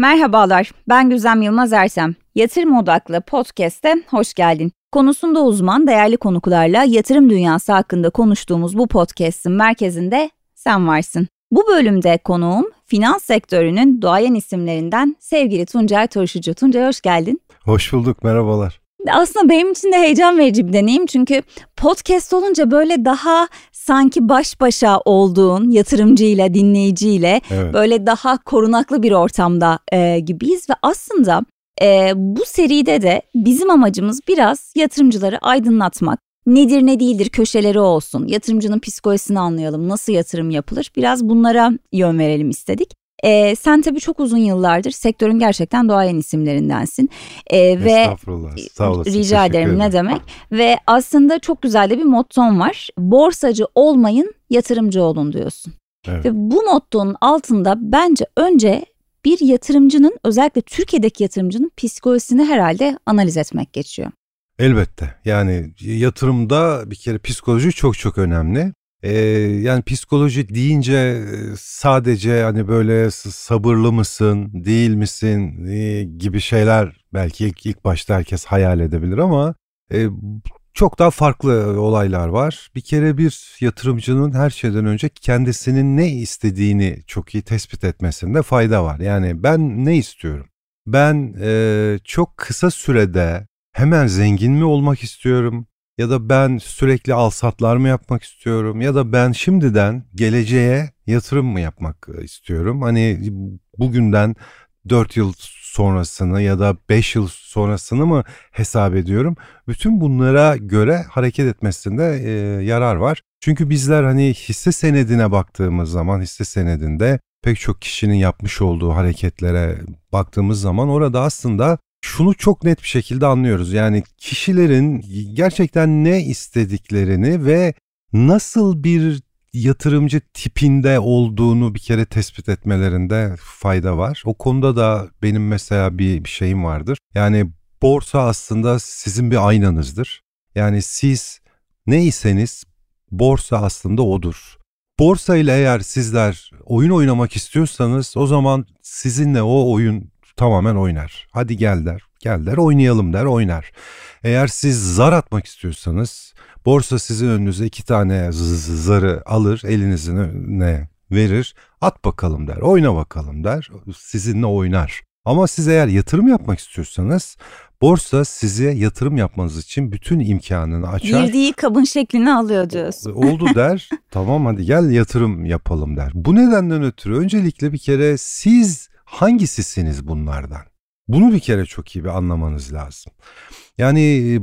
Merhabalar, ben Güzem Yılmaz Ersem. Yatırım Odaklı Podcast'e hoş geldin. Konusunda uzman, değerli konuklarla yatırım dünyası hakkında konuştuğumuz bu podcast'in merkezinde sen varsın. Bu bölümde konuğum finans sektörünün duayen isimlerinden sevgili Tuncay Turşucu. Tuncay hoş geldin. Hoş bulduk, merhabalar. Aslında benim için de heyecan verici bir deneyim çünkü podcast olunca böyle daha sanki baş başa olduğun yatırımcıyla, dinleyiciyle böyle daha korunaklı bir ortamda gibiyiz ve aslında bu seride de bizim amacımız biraz yatırımcıları aydınlatmak. Nedir ne değildir köşeleri olsun, yatırımcının psikolojisini anlayalım, nasıl yatırım yapılır biraz bunlara yön verelim istedik. Sen tabii çok uzun yıllardır sektörün gerçekten duayen isimlerindensin. Estağfurullah, sağ olasın. Rica ederim, ne demek. Ve aslında çok güzel de bir motton var. Borsacı olmayın, yatırımcı olun diyorsun. Evet. Ve bu mottonun altında bence önce bir yatırımcının, özellikle Türkiye'deki yatırımcının psikolojisini herhalde analiz etmek geçiyor. Elbette, yani yatırımda bir kere psikoloji çok önemli. Yani psikoloji deyince sadece hani böyle sabırlı mısın, değil misin gibi şeyler belki ilk başta herkes hayal edebilir ama çok daha farklı olaylar var. Bir kere bir yatırımcının her şeyden önce kendisinin ne istediğini çok iyi tespit etmesinde fayda var. Yani ben ne istiyorum? Ben çok kısa sürede hemen zengin mi olmak istiyorum? Ya da ben sürekli alsatlar mı yapmak istiyorum? Ya da ben şimdiden geleceğe yatırım mı yapmak istiyorum? Hani bugünden 4 yıl sonrasını ya da 5 yıl sonrasını mı hesap ediyorum? Bütün bunlara göre hareket etmesinde yarar var. Çünkü bizler hani hisse senedine baktığımız zaman hisse senedinde pek çok kişinin yapmış olduğu hareketlere baktığımız zaman orada aslında şunu çok net bir şekilde anlıyoruz. Yani kişilerin gerçekten ne istediklerini ve nasıl bir yatırımcı tipinde olduğunu bir kere tespit etmelerinde fayda var. O konuda da benim mesela bir şeyim vardır. Yani borsa aslında sizin bir aynanızdır. Yani siz neyseniz borsa aslında odur. Borsa ile eğer sizler oyun oynamak istiyorsanız o zaman sizinle o oyun tamamen oynar. Hadi gel der oynayalım der oynar. Eğer siz zar atmak istiyorsanız borsa sizin önünüze 2 tane zarı alır elinizin önüne verir. At bakalım der, oyna bakalım der, sizinle oynar. Ama siz eğer yatırım yapmak istiyorsanız borsa size yatırım yapmanız için bütün imkanını açar. Girdiği kabın şeklini alıyor diyorsun. Oldu der, tamam hadi gel yatırım yapalım der. Bu nedenden ötürü öncelikle bir kere siz hangisisiniz bunlardan? Bunu bir kere çok iyi bir anlamanız lazım. Yani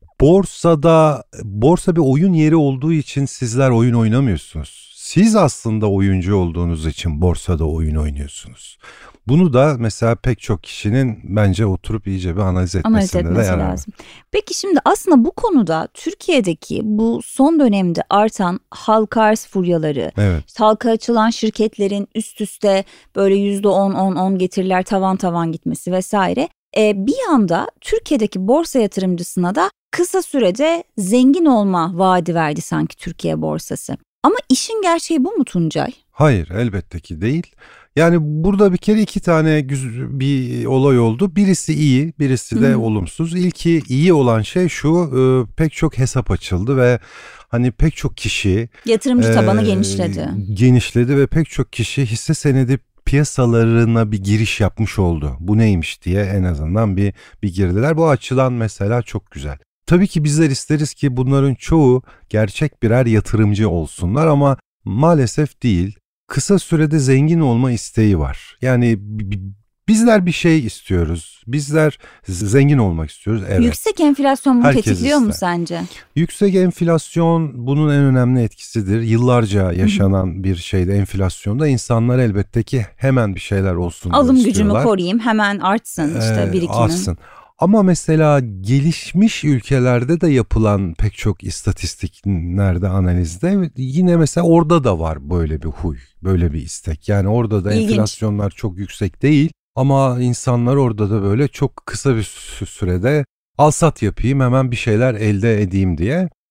borsa bir oyun yeri olduğu için sizler oyun oynamıyorsunuz. Siz aslında oyuncu olduğunuz için borsada oyun oynuyorsunuz. Bunu da mesela pek çok kişinin bence oturup iyice bir analiz etmesinde de yarar var. Peki şimdi aslında bu konuda Türkiye'deki bu son dönemde artan halka arz furyaları, halka açılan şirketlerin üst üste böyle %10 getiriler tavan gitmesi vesaire bir anda Türkiye'deki borsa yatırımcısına da kısa sürede zengin olma vaadi verdi sanki Türkiye borsası. Ama işin gerçeği bu mu Tuncay? Hayır, elbette ki değil. Yani burada bir kere 2 tane bir olay oldu. Birisi iyi, birisi de olumsuz. İlki iyi olan şey şu, pek çok hesap açıldı ve hani pek çok kişi yatırımcı tabanı genişledi ve pek çok kişi hisse senedi piyasalarına bir giriş yapmış oldu. Bu neymiş diye en azından bir girdiler. Bu açıdan mesela çok güzel. Tabii ki bizler isteriz ki bunların çoğu gerçek birer yatırımcı olsunlar ama maalesef değil. Kısa sürede zengin olma isteği var. Yani bizler bir şey istiyoruz. Bizler zengin olmak istiyoruz. Evet. Yüksek enflasyon bunu tetikliyor mu sence? Yüksek enflasyon bunun en önemli etkisidir. Yıllarca yaşanan bir şeyde enflasyonda insanlar elbette ki hemen bir şeyler olsun alım istiyorlar. Gücümü koruyayım, hemen artsın işte birikimim. Artsın. Ama mesela gelişmiş ülkelerde de yapılan pek çok istatistiklerde, analizde yine mesela orada da var böyle bir huy, böyle bir istek. Yani orada da enflasyonlar çok yüksek değil ama insanlar orada da böyle çok kısa bir sürede al sat yapayım hemen bir şeyler elde edeyim diye.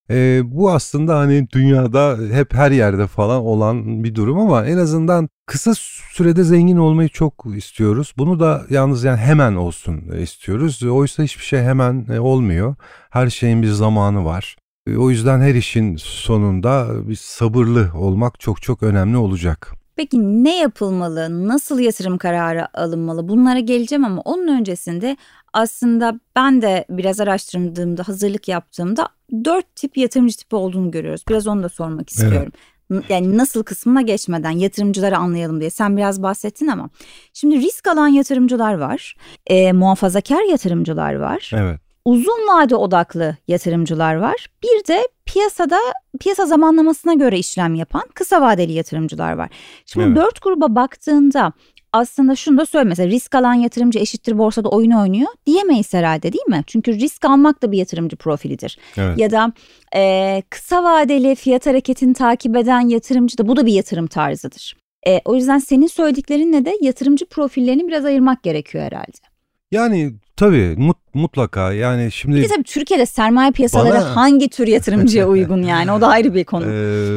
Bu aslında hani dünyada hep her yerde falan olan bir durum ama en azından kısa sürede zengin olmayı çok istiyoruz. Bunu da yalnız yani hemen olsun istiyoruz. Oysa hiçbir şey hemen olmuyor. Her şeyin bir zamanı var. O yüzden her işin sonunda bir sabırlı olmak çok çok önemli olacak. Peki ne yapılmalı, nasıl yatırım kararı alınmalı, bunlara geleceğim ama onun öncesinde aslında ben de biraz araştırdığımda, hazırlık yaptığımda 4 tip yatırımcı tipi olduğunu görüyoruz. Biraz onu da sormak istiyorum. Evet. Yani nasıl kısmına geçmeden yatırımcıları anlayalım diye sen biraz bahsettin ama şimdi risk alan yatırımcılar var, muhafazakar yatırımcılar var. Evet. Uzun vade odaklı yatırımcılar var. Bir de piyasa zamanlamasına göre işlem yapan kısa vadeli yatırımcılar var. Şimdi evet. 4 gruba baktığında aslında şunu da söyle, mesela risk alan yatırımcı eşittir borsada oyun oynuyor diyemeyiz herhalde, değil mi? Çünkü risk almak da bir yatırımcı profilidir. Evet. Ya da kısa vadeli fiyat hareketini takip eden yatırımcı da, bu da bir yatırım tarzıdır. O yüzden senin söylediklerinle de yatırımcı profillerini biraz ayırmak gerekiyor herhalde. Yani tabii mutlaka yani şimdi... Bir de tabii Türkiye'de sermaye piyasaları hangi tür yatırımcıya uygun yani, o da ayrı bir konu.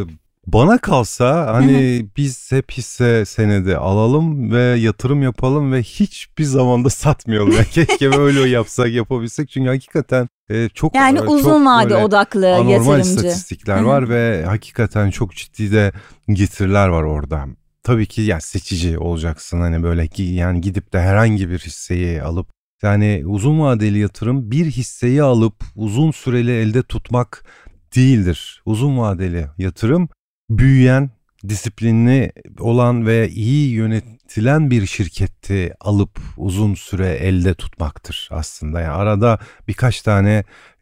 Bana kalsa hani biz hep hisse senedi alalım ve yatırım yapalım ve hiçbir zamanda satmayalım. Yani keşke böyle yapabilsek çünkü hakikaten çok... Yani uzun vade odaklı anormal yatırımcı. İstatistikler var ve hakikaten çok ciddi de getiriler var orada. Tabii ki ya seçici olacaksın hani böyle yani gidip de herhangi bir hisseyi alıp, yani uzun vadeli yatırım bir hisseyi alıp uzun süreli elde tutmak değildir. Uzun vadeli yatırım büyüyen, disiplinli olan ve iyi yönetilen bir şirketi alıp uzun süre elde tutmaktır aslında. Yani arada birkaç tane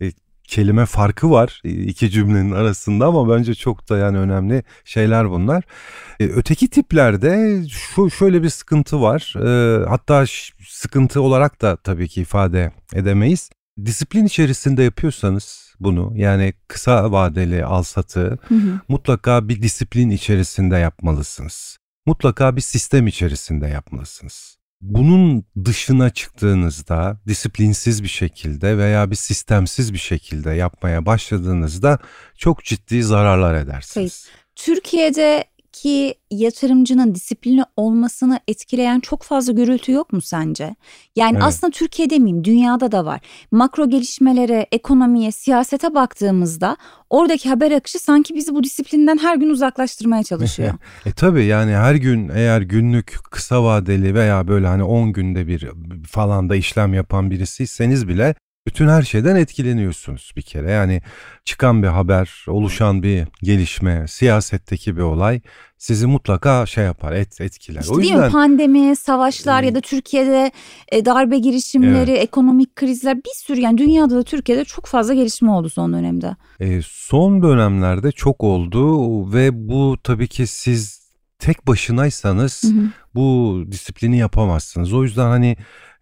kelime farkı var iki cümlenin arasında ama bence çok da yani önemli şeyler bunlar. Öteki tiplerde şöyle bir sıkıntı var. Hatta sıkıntı olarak da tabii ki ifade edemeyiz. Disiplin içerisinde yapıyorsanız bunu, yani kısa vadeli alsatı mutlaka bir disiplin içerisinde yapmalısınız. Mutlaka bir sistem içerisinde yapmalısınız. Bunun dışına çıktığınızda, disiplinsiz bir şekilde veya bir sistemsiz bir şekilde yapmaya başladığınızda çok ciddi zararlar edersiniz. Türkiye'deki yatırımcının disiplini olmasını etkileyen çok fazla gürültü yok mu sence? Yani evet. Aslında Türkiye demeyeyim, dünyada da var. Makro gelişmelere, ekonomiye, siyasete baktığımızda oradaki haber akışı sanki bizi bu disiplinden her gün uzaklaştırmaya çalışıyor. Tabii yani her gün eğer günlük kısa vadeli veya böyle hani 10 günde bir falan da işlem yapan birisiyseniz bile bütün her şeyden etkileniyorsunuz bir kere. Yani çıkan bir haber, oluşan bir gelişme, siyasetteki bir olay sizi mutlaka yapar, etkiler. İşte o yüzden, değil mi? Pandemi, savaşlar ya da Türkiye'de darbe girişimleri, evet. Ekonomik krizler, bir sürü, yani dünyada da Türkiye'de çok fazla gelişme oldu son dönemde. Son dönemlerde çok oldu ve bu tabii ki siz tek başınaysanız bu disiplini yapamazsınız. O yüzden hani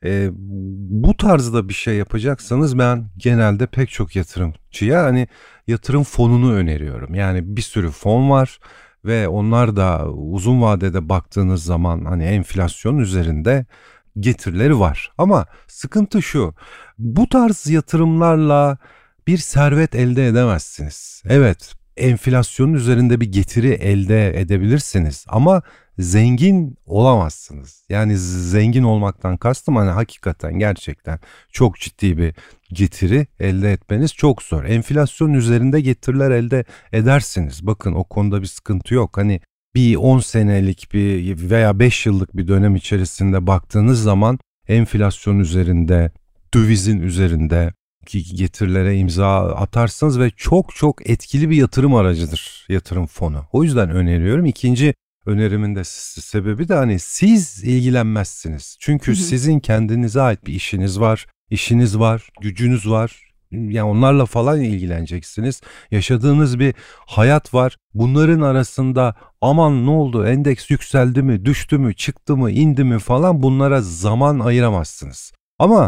bu tarzda bir şey yapacaksanız ben genelde pek çok yatırımcıya hani yatırım fonunu öneriyorum. Yani bir sürü fon var ve onlar da uzun vadede baktığınız zaman hani enflasyon üzerinde getirileri var. Ama sıkıntı şu, bu tarz yatırımlarla bir servet elde edemezsiniz. Evet, enflasyonun üzerinde bir getiri elde edebilirsiniz ama zengin olamazsınız. Yani zengin olmaktan kastım hani hakikaten gerçekten çok ciddi bir getiri elde etmeniz çok zor. Enflasyonun üzerinde getiriler elde edersiniz. Bakın o konuda bir sıkıntı yok. Hani bir 10 senelik bir veya 5 yıllık bir dönem içerisinde baktığınız zaman enflasyon üzerinde, dövizin üzerinde getirilere imza atarsınız ve çok çok etkili bir yatırım aracıdır yatırım fonu. O yüzden öneriyorum. İkinci önerimin de sebebi de hani siz ilgilenmezsiniz. Çünkü sizin kendinize ait bir işiniz var, gücünüz var. Yani onlarla falan ilgileneceksiniz. Yaşadığınız bir hayat var. Bunların arasında aman ne oldu, endeks yükseldi mi, düştü mü, çıktı mı, indi mi falan, bunlara zaman ayıramazsınız. Ama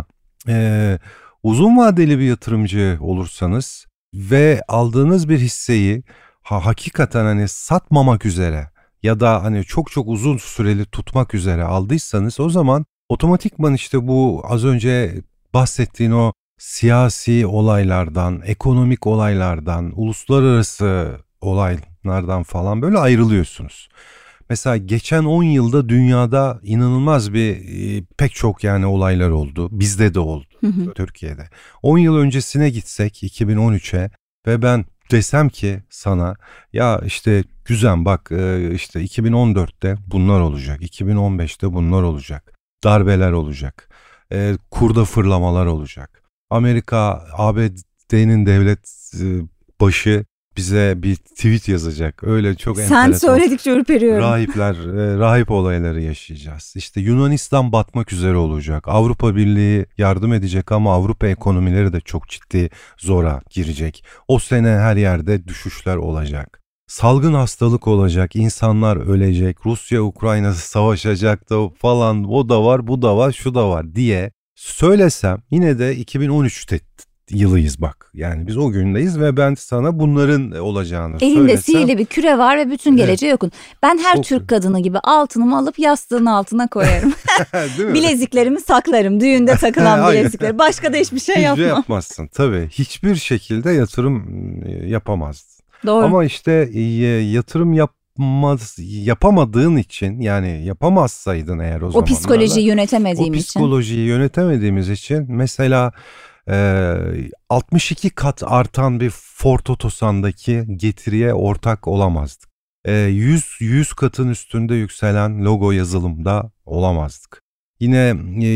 uzun vadeli bir yatırımcı olursanız ve aldığınız bir hisseyi hakikaten hani satmamak üzere ya da hani çok çok uzun süreli tutmak üzere aldıysanız, o zaman otomatikman işte bu az önce bahsettiğin o siyasi olaylardan, ekonomik olaylardan, uluslararası olaylardan falan böyle ayrılıyorsunuz. Mesela geçen 10 yılda dünyada inanılmaz pek çok yani olaylar oldu. Bizde de oldu, Türkiye'de. 10 yıl öncesine gitsek 2013'e ve ben desem ki sana ya işte Güzem bak işte 2014'te bunlar olacak, 2015'te bunlar olacak, darbeler olacak, kurda fırlamalar olacak. Amerika, ABD'nin devlet başı bize bir tweet yazacak. Öyle çok enteresan. Sen söyledikçe ürperiyorum. Rahip olayları yaşayacağız. İşte Yunanistan batmak üzere olacak. Avrupa Birliği yardım edecek ama Avrupa ekonomileri de çok ciddi zora girecek. O sene her yerde düşüşler olacak. Salgın hastalık olacak, insanlar ölecek, Rusya Ukrayna savaşacak da falan, o da var, bu da var, şu da var diye söylesem yine de 2013'te yılıyız bak. Yani biz o gündeyiz ve ben sana bunların olacağını söylesem. Elinde sihirli bir küre var ve bütün geleceği yokun. Ben her Türk kadını gibi altınımı alıp yastığın altına koyarım. Bileziklerimi saklarım. Düğünde takılan bilezikleri. Başka da hiçbir şey yapmam. Hiçbir yapmazsın tabii. Hiçbir şekilde yatırım yapamazdın. Doğru. Ama işte yatırım yapamadığın için, yani yapamazsaydın eğer o zamanlarda. O psikolojiyi yönetemediğimiz için mesela 62 kat artan bir Ford Otosan'daki getiriye ortak olamazdık. 100 katın üstünde yükselen logo yazılımda olamazdık. Yine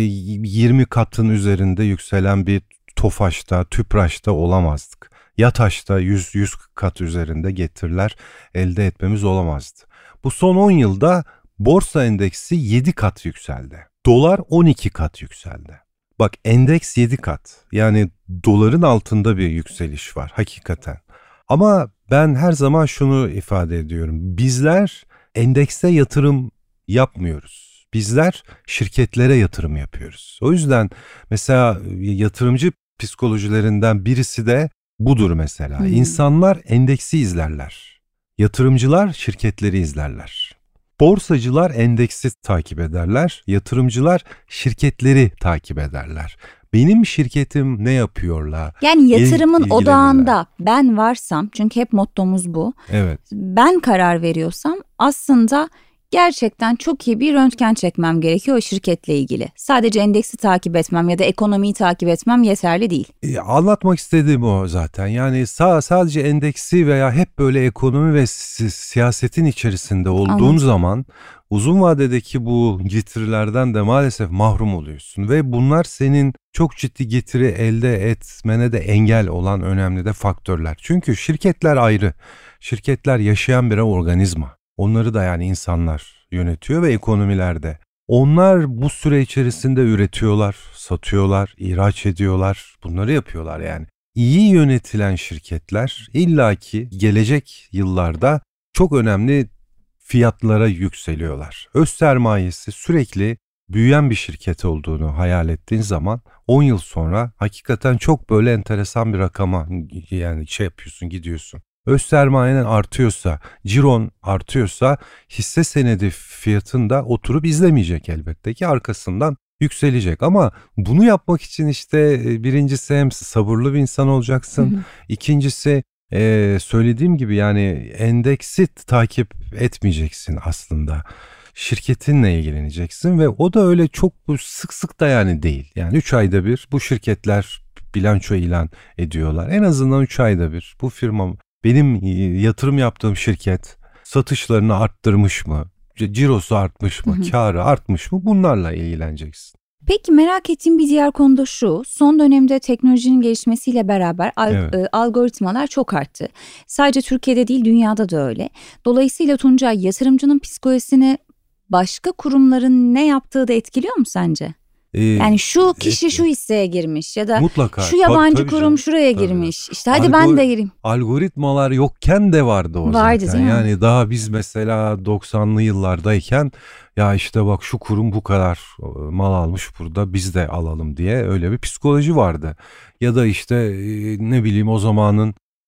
20 katın üzerinde yükselen bir Tofaş'ta, Tüpraş'ta olamazdık. Yataş'ta 100 kat üzerinde getiriler elde etmemiz olamazdı. Bu son 10 yılda borsa endeksi 7 kat yükseldi. Dolar 12 kat yükseldi. Bak endeks 7 kat, yani doların altında bir yükseliş var hakikaten. Ama ben her zaman şunu ifade ediyorum. Bizler endekse yatırım yapmıyoruz. Bizler şirketlere yatırım yapıyoruz. O yüzden mesela yatırımcı psikolojilerinden birisi de budur mesela. İnsanlar endeksi izlerler. Yatırımcılar şirketleri izlerler. Borsacılar endeksi takip ederler, yatırımcılar şirketleri takip ederler. Benim şirketim ne yapıyorlar? Yani yatırımın odağında ben varsam, çünkü hep mottomuz bu. Evet. Ben karar veriyorsam aslında gerçekten çok iyi bir röntgen çekmem gerekiyor o şirketle ilgili. Sadece endeksi takip etmem ya da ekonomiyi takip etmem yeterli değil. Anlatmak istediğim o zaten. Yani sadece endeksi veya hep böyle ekonomi ve siyasetin içerisinde olduğun zaman uzun vadedeki bu getirilerden de maalesef mahrum oluyorsun. Ve bunlar senin çok ciddi getiri elde etmene de engel olan önemli de faktörler. Çünkü şirketler ayrı. Şirketler yaşayan bir organizma. Onları da yani insanlar yönetiyor ve ekonomilerde. Onlar bu süre içerisinde üretiyorlar, satıyorlar, ihraç ediyorlar. Bunları yapıyorlar yani. İyi yönetilen şirketler illaki gelecek yıllarda çok önemli fiyatlara yükseliyorlar. Öz sermayesi sürekli büyüyen bir şirket olduğunu hayal ettiğin zaman 10 yıl sonra hakikaten çok böyle enteresan bir rakama yani yapıyorsun, gidiyorsun. Öz sermayenin artıyorsa, ciron artıyorsa hisse senedi fiyatında oturup izlemeyecek elbette ki, arkasından yükselecek. Ama bunu yapmak için işte birincisi hem sabırlı bir insan olacaksın. İkincisi söylediğim gibi yani endeksi takip etmeyeceksin aslında. Şirketinle ilgileneceksin ve o da öyle çok sık da yani değil. Yani 3 ayda bir bu şirketler bilanço ilan ediyorlar. En azından 3 ayda bir bu firma, benim yatırım yaptığım şirket satışlarını arttırmış mı? Cirosu artmış mı? Kârı artmış mı? Bunlarla ilgileneceksin. Peki merak ettiğim bir diğer konu da şu. Son dönemde teknolojinin gelişmesiyle beraber algoritmalar çok arttı. Sadece Türkiye'de değil, dünyada da öyle. Dolayısıyla Tuncay, yatırımcının psikolojisini başka kurumların ne yaptığı da etkiliyor mu sence? Yani şu kişi şu hisseye girmiş ya da mutlaka, şu yabancı kurum şuraya girmiş. İşte hadi ben de gireyim. Algoritmalar yokken de vardı o vardı, zaten. Yani daha biz mesela 90'lı yıllardayken ya işte bak şu kurum bu kadar mal almış burada, biz de alalım diye öyle bir psikoloji vardı. Ya da işte ne bileyim o zamanın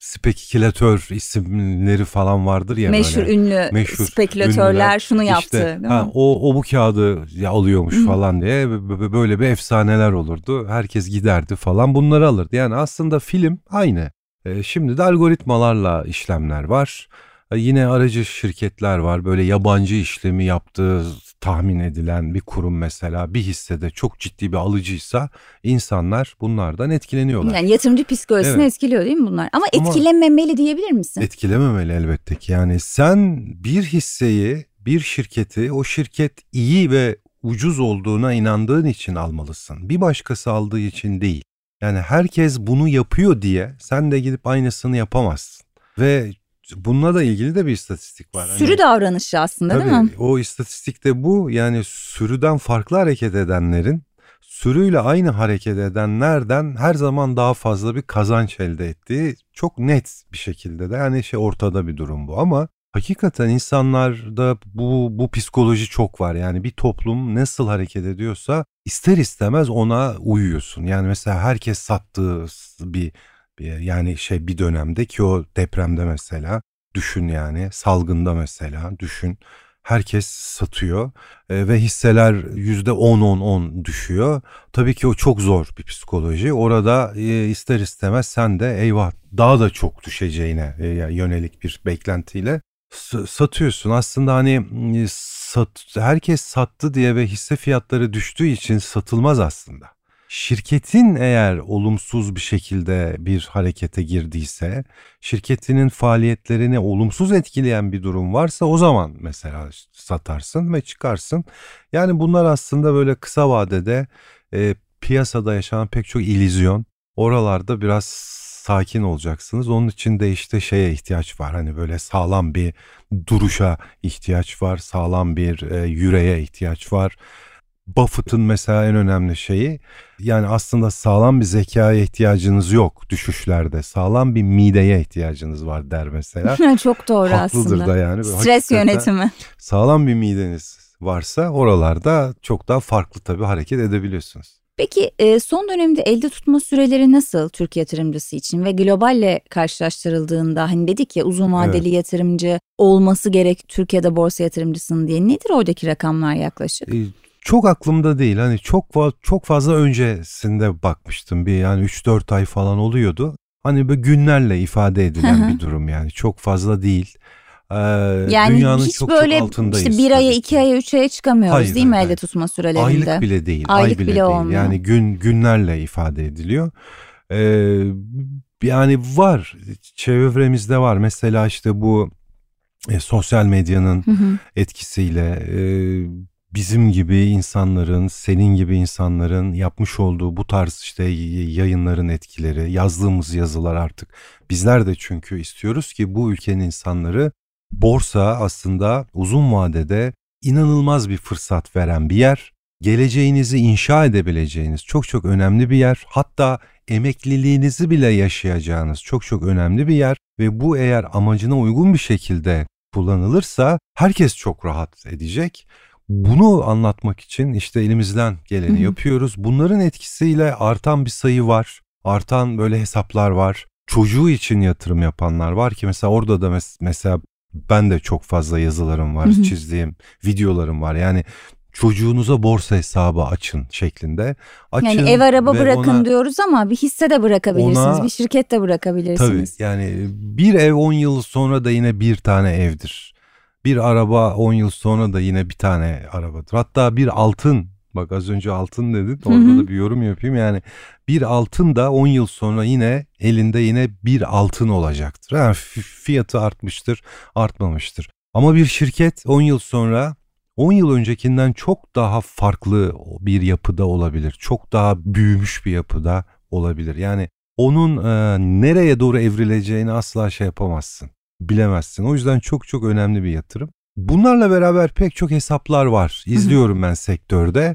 spekülatör isimleri falan vardır ya, meşhur böyle. Ünlü spekülatörler ünlüler, şunu yaptı. İşte, değil mi? O bu kağıdı alıyormuş falan diye böyle bir efsaneler olurdu. Herkes giderdi falan, bunları alırdı. Yani aslında film aynı. Şimdi de algoritmalarla işlemler var. Yine aracı şirketler var. Böyle yabancı işlemi yaptığı tahmin edilen bir kurum mesela bir hissede çok ciddi bir alıcıysa insanlar bunlardan etkileniyorlar. Yani yatırımcı psikolojisini etkiliyor değil mi bunlar? Ama etkilememeli diyebilir misin? Etkilememeli elbette ki. Yani sen bir hisseyi, bir şirketi, o şirket iyi ve ucuz olduğuna inandığın için almalısın. Bir başkası aldığı için değil. Yani herkes bunu yapıyor diye sen de gidip aynısını yapamazsın. Ve bununla da ilgili de bir istatistik var. Sürü davranışı aslında, tabii, değil mi? O istatistik de bu. Yani sürüden farklı hareket edenlerin sürüyle aynı hareket edenlerden her zaman daha fazla bir kazanç elde ettiği çok net bir şekilde de, yani ortada bir durum bu. Ama hakikaten insanlarda bu psikoloji çok var. Yani bir toplum nasıl hareket ediyorsa ister istemez ona uyuyorsun. Yani mesela herkes sattığı bir dönemde, ki o depremde mesela düşün, yani salgında mesela düşün. Herkes satıyor ve hisseler %10 düşüyor. Tabii ki o çok zor bir psikoloji. Orada ister istemez sen de eyvah daha da çok düşeceğine yönelik bir beklentiyle satıyorsun. Aslında hani herkes sattı diye ve hisse fiyatları düştüğü için satılmaz aslında. Şirketin eğer olumsuz bir şekilde bir harekete girdiyse, şirketinin faaliyetlerini olumsuz etkileyen bir durum varsa o zaman mesela satarsın ve çıkarsın. Yani bunlar aslında böyle kısa vadede piyasada yaşanan pek çok illüzyon. Oralarda biraz sakin olacaksınız. Onun için de işte ihtiyaç var. Hani böyle sağlam bir duruşa ihtiyaç var. Sağlam bir yüreğe ihtiyaç var. Buffett'ın mesela en önemli şeyi, yani aslında sağlam bir zekaya ihtiyacınız yok düşüşlerde. Sağlam bir mideye ihtiyacınız var der mesela. Çok doğru. Haklıdır aslında. Da yani. Stres yönetimi. Sağlam bir mideniz varsa oralarda çok daha farklı tabii hareket edebiliyorsunuz. Peki son dönemde elde tutma süreleri nasıl Türk yatırımcısı için ve globalle karşılaştırıldığında, hani dedik ya uzun vadeli yatırımcı olması gerek Türkiye'de borsa yatırımcısının diye, nedir oradaki rakamlar yaklaşık? Çok aklımda değil. Hani çok fazla öncesinde bakmıştım. Yani 3-4 ay falan oluyordu. Hani böyle günlerle ifade edilen bir durum, yani çok fazla değil. Yani dünyanın hiç çok böyle çok altındayız. İşte 1 aya, 2 aya, 3 aya çıkamıyoruz değil mi elde tutma sürelerinde? Aylık bile değil. Aylık bile bile değil. olmuyor. Yani günlerle ifade ediliyor. Yani var, çevremizde var. Mesela işte bu sosyal medyanın etkisiyle bizim gibi insanların, senin gibi insanların yapmış olduğu bu tarz işte yayınların etkileri, yazdığımız yazılar artık. Bizler de çünkü istiyoruz ki bu ülkenin insanları, borsa aslında uzun vadede inanılmaz bir fırsat veren bir yer. Geleceğinizi inşa edebileceğiniz çok çok önemli bir yer. Hatta emekliliğinizi bile yaşayacağınız çok çok önemli bir yer. Ve bu eğer amacına uygun bir şekilde kullanılırsa herkes çok rahat edecek. Bunu anlatmak için işte elimizden geleni yapıyoruz. Bunların etkisiyle artan bir sayı var. Artan böyle hesaplar var. Çocuğu için yatırım yapanlar var ki mesela orada da mesela ben de çok fazla yazılarım var, çizdiğim videolarım var. Yani çocuğunuza borsa hesabı açın şeklinde. Yani ev araba bırakın diyoruz ama bir hisse de bırakabilirsiniz, bir şirket de bırakabilirsiniz. Tabii, yani bir ev 10 yıl sonra da yine bir tane evdir. Bir araba 10 yıl sonra da yine bir tane arabadır. Hatta bir altın, bak az önce altın dedin, orada da bir yorum yapayım. Yani bir altın da 10 yıl sonra yine elinde yine bir altın olacaktır. Yani fiyatı artmıştır, artmamıştır. Ama bir şirket 10 yıl sonra 10 yıl öncekinden çok daha farklı bir yapıda olabilir. Çok daha büyümüş bir yapıda olabilir. Yani onun nereye doğru evrileceğini asla yapamazsın, bilemezsin. O yüzden çok çok önemli bir yatırım. Bunlarla beraber pek çok hesaplar var. İzliyorum ben sektörde.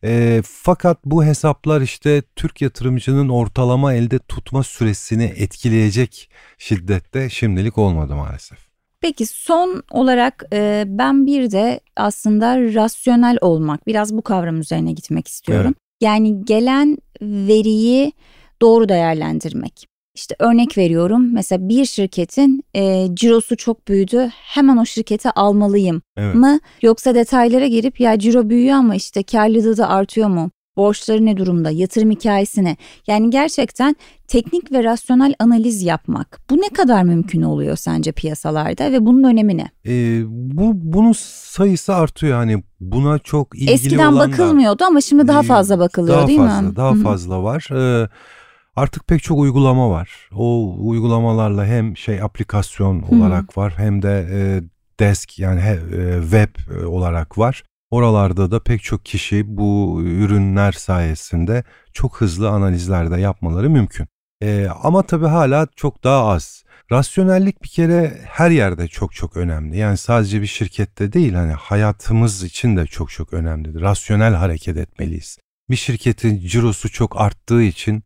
Fakat bu hesaplar işte Türk yatırımcının ortalama elde tutma süresini etkileyecek şiddette şimdilik olmadı maalesef. Peki son olarak ben bir de aslında rasyonel olmak, biraz bu kavram üzerine gitmek istiyorum. Evet. Yani gelen veriyi doğru değerlendirmek. İşte örnek veriyorum, mesela bir şirketin cirosu çok büyüdü, hemen o şirketi almalıyım mı? Yoksa detaylara girip ya ciro büyüyor ama işte karlılığı da artıyor mu? Borçları ne durumda? Yatırım hikayesi ne? Yani gerçekten teknik ve rasyonel analiz yapmak. Bu ne kadar mümkün oluyor sence piyasalarda ve bunun önemi ne? Bunun sayısı artıyor. Hani buna çok ilgili eskiden olan bakılmıyordu ama şimdi daha fazla bakılıyor, daha değil fazla, mi? Daha fazla var. Artık pek çok uygulama var. O uygulamalarla hem aplikasyon olarak var hem de desk yani web olarak var. Oralarda da pek çok kişi bu ürünler sayesinde çok hızlı analizler de yapmaları mümkün. Ama tabii hala çok daha az. Rasyonellik bir kere her yerde çok çok önemli. Yani sadece bir şirkette değil, hani hayatımız için de çok çok önemlidir. Rasyonel hareket etmeliyiz. Bir şirketin cirosu çok arttığı için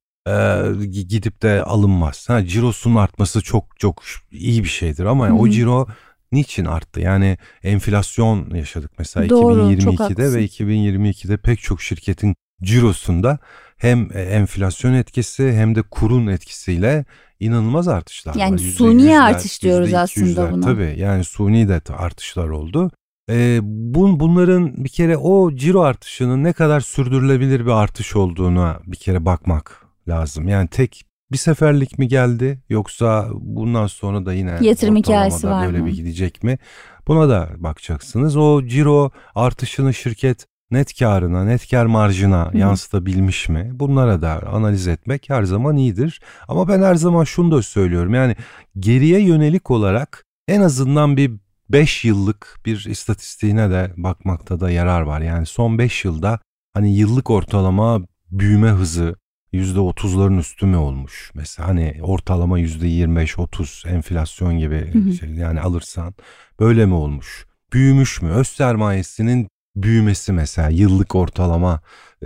gidip de alınmaz. Cirosunun artması çok çok iyi bir şeydir ama o ciro niçin arttı? Yani enflasyon yaşadık mesela. Doğru, 2022'de ve 2022'de pek çok şirketin cirosunda hem enflasyon etkisi hem de kurun etkisiyle inanılmaz artışlar var. Yani suni artış diyoruz aslında buna. Tabii, yani suni de artışlar oldu. Bunların bir kere o ciro artışının ne kadar sürdürülebilir bir artış olduğuna bir kere bakmak lazım. Yani tek bir seferlik mi geldi yoksa bundan sonra da yine yatırım hikayesi var böyle mı? bir gidecek mi? Buna da bakacaksınız. O ciro artışını şirket net karına, net kar marjına yansıtabilmiş mi? Bunlara da analiz etmek her zaman iyidir. Ama ben her zaman şunu da söylüyorum. Yani geriye yönelik olarak en azından bir 5 yıllık bir istatistiğine de bakmakta da yarar var. Yani son 5 yılda hani yıllık ortalama büyüme hızı %30'ların üstü mü olmuş? Mesela hani ortalama %25-30 enflasyon gibi yani alırsan böyle mi olmuş? Büyümüş mü? Öz sermayesinin büyümesi mesela yıllık ortalama,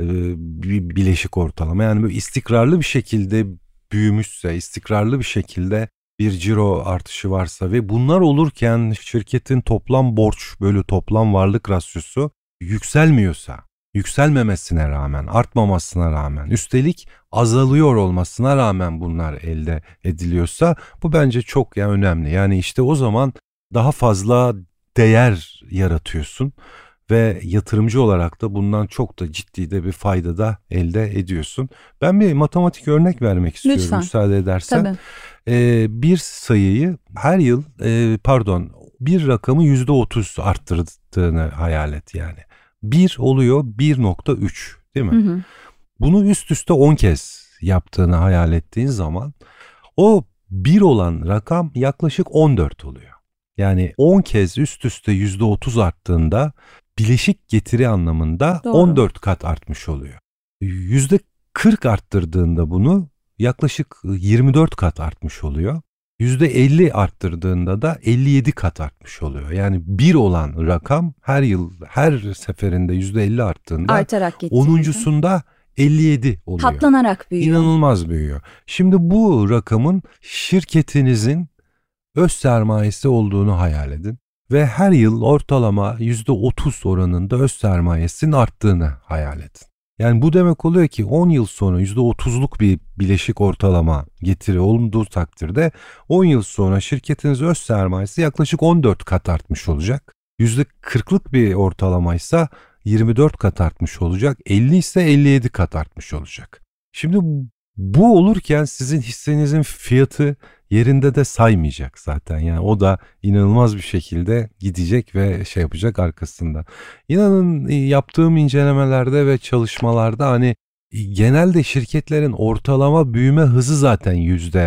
bileşik ortalama, yani böyle istikrarlı bir şekilde büyümüşse, istikrarlı bir şekilde bir ciro artışı varsa ve bunlar olurken şirketin toplam borç bölü toplam varlık rasyosu yükselmiyorsa, yükselmemesine rağmen, artmamasına rağmen, üstelik azalıyor olmasına rağmen bunlar elde ediliyorsa bu bence çok önemli. Yani işte o zaman daha fazla değer yaratıyorsun ve yatırımcı olarak da bundan çok da ciddi de bir fayda da elde ediyorsun. Ben bir matematik örnek vermek istiyorum. Lütfen. Müsaade edersen. Tabii. Bir sayıyı her yıl bir rakamı %30 arttırdığını hayal et yani. 1 oluyor 1.3 değil mi? Bunu üst üste 10 kez yaptığını hayal ettiğin zaman o 1 olan rakam yaklaşık 14 oluyor. Yani 10 kez üst üste %30 arttığında bileşik getiri anlamında doğru, 14 kat artmış oluyor. %40 arttırdığında bunu yaklaşık 24 kat artmış oluyor. %50 arttırdığında da 57 kat artmış oluyor. Yani 1 olan rakam her yıl her seferinde %50 arttığında artarak gittiğinde 10'uncusunda 57 oluyor. Katlanarak büyüyor. İnanılmaz büyüyor. Şimdi bu rakamın şirketinizin öz sermayesi olduğunu hayal edin. Ve her yıl ortalama %30 oranında öz sermayesinin arttığını hayal edin. Yani bu demek oluyor ki 10 yıl sonra %30'luk bir bileşik ortalama getiri olduğu takdirde 10 yıl sonra şirketiniz öz sermayesi yaklaşık 14 kat artmış olacak. %40'lık bir ortalamaysa 24 kat artmış olacak. 50 ise 57 kat artmış olacak. Şimdi bu olurken sizin hissenizin fiyatı yerinde de saymayacak zaten. Yani o da inanılmaz bir şekilde gidecek ve yapacak arkasında. İnanın yaptığım incelemelerde ve çalışmalarda hani genelde şirketlerin ortalama büyüme hızı zaten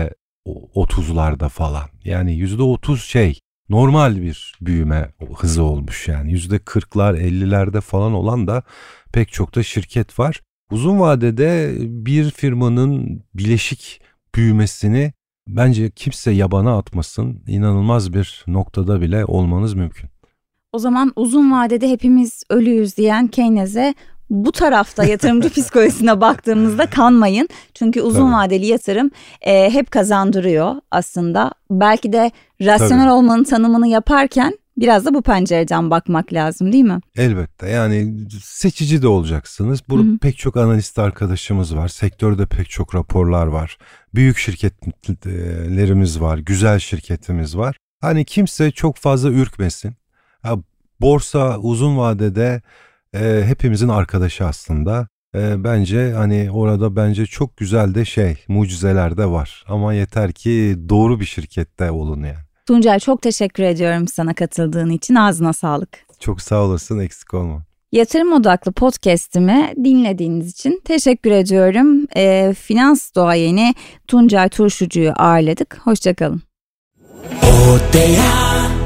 %30'larda falan. Yani %30 normal bir büyüme hızı olmuş yani. %40'lar 50'lerde falan olan da pek çok da şirket var. Uzun vadede bir firmanın bileşik büyümesini bence kimse yabana atmasın. İnanılmaz bir noktada bile olmanız mümkün. O zaman uzun vadede hepimiz ölüyüz diyen Keynes'e bu tarafta yatırımcı psikolojisine baktığımızda kanmayın. Çünkü uzun vadeli yatırım hep kazandırıyor aslında. Belki de rasyonel olmanın tanımını yaparken Biraz da bu pencereden bakmak lazım değil mi? Elbette, yani seçici de olacaksınız. Burada pek çok analist arkadaşımız var. Sektörde pek çok raporlar var. Büyük şirketlerimiz var. Güzel şirketimiz var. Hani kimse çok fazla ürkmesin. Borsa uzun vadede hepimizin arkadaşı aslında. Bence hani orada bence çok güzel de mucizeler de var. Ama yeter ki doğru bir şirkette olun yani. Tuncay, çok teşekkür ediyorum sana katıldığın için. Ağzına sağlık. Çok sağ olasın, eksik olma. Yatırım Odaklı podcast'imi dinlediğiniz için teşekkür ediyorum. Finans duayeni Tuncay Turşucu'yu ağırladık. Hoşça kalın.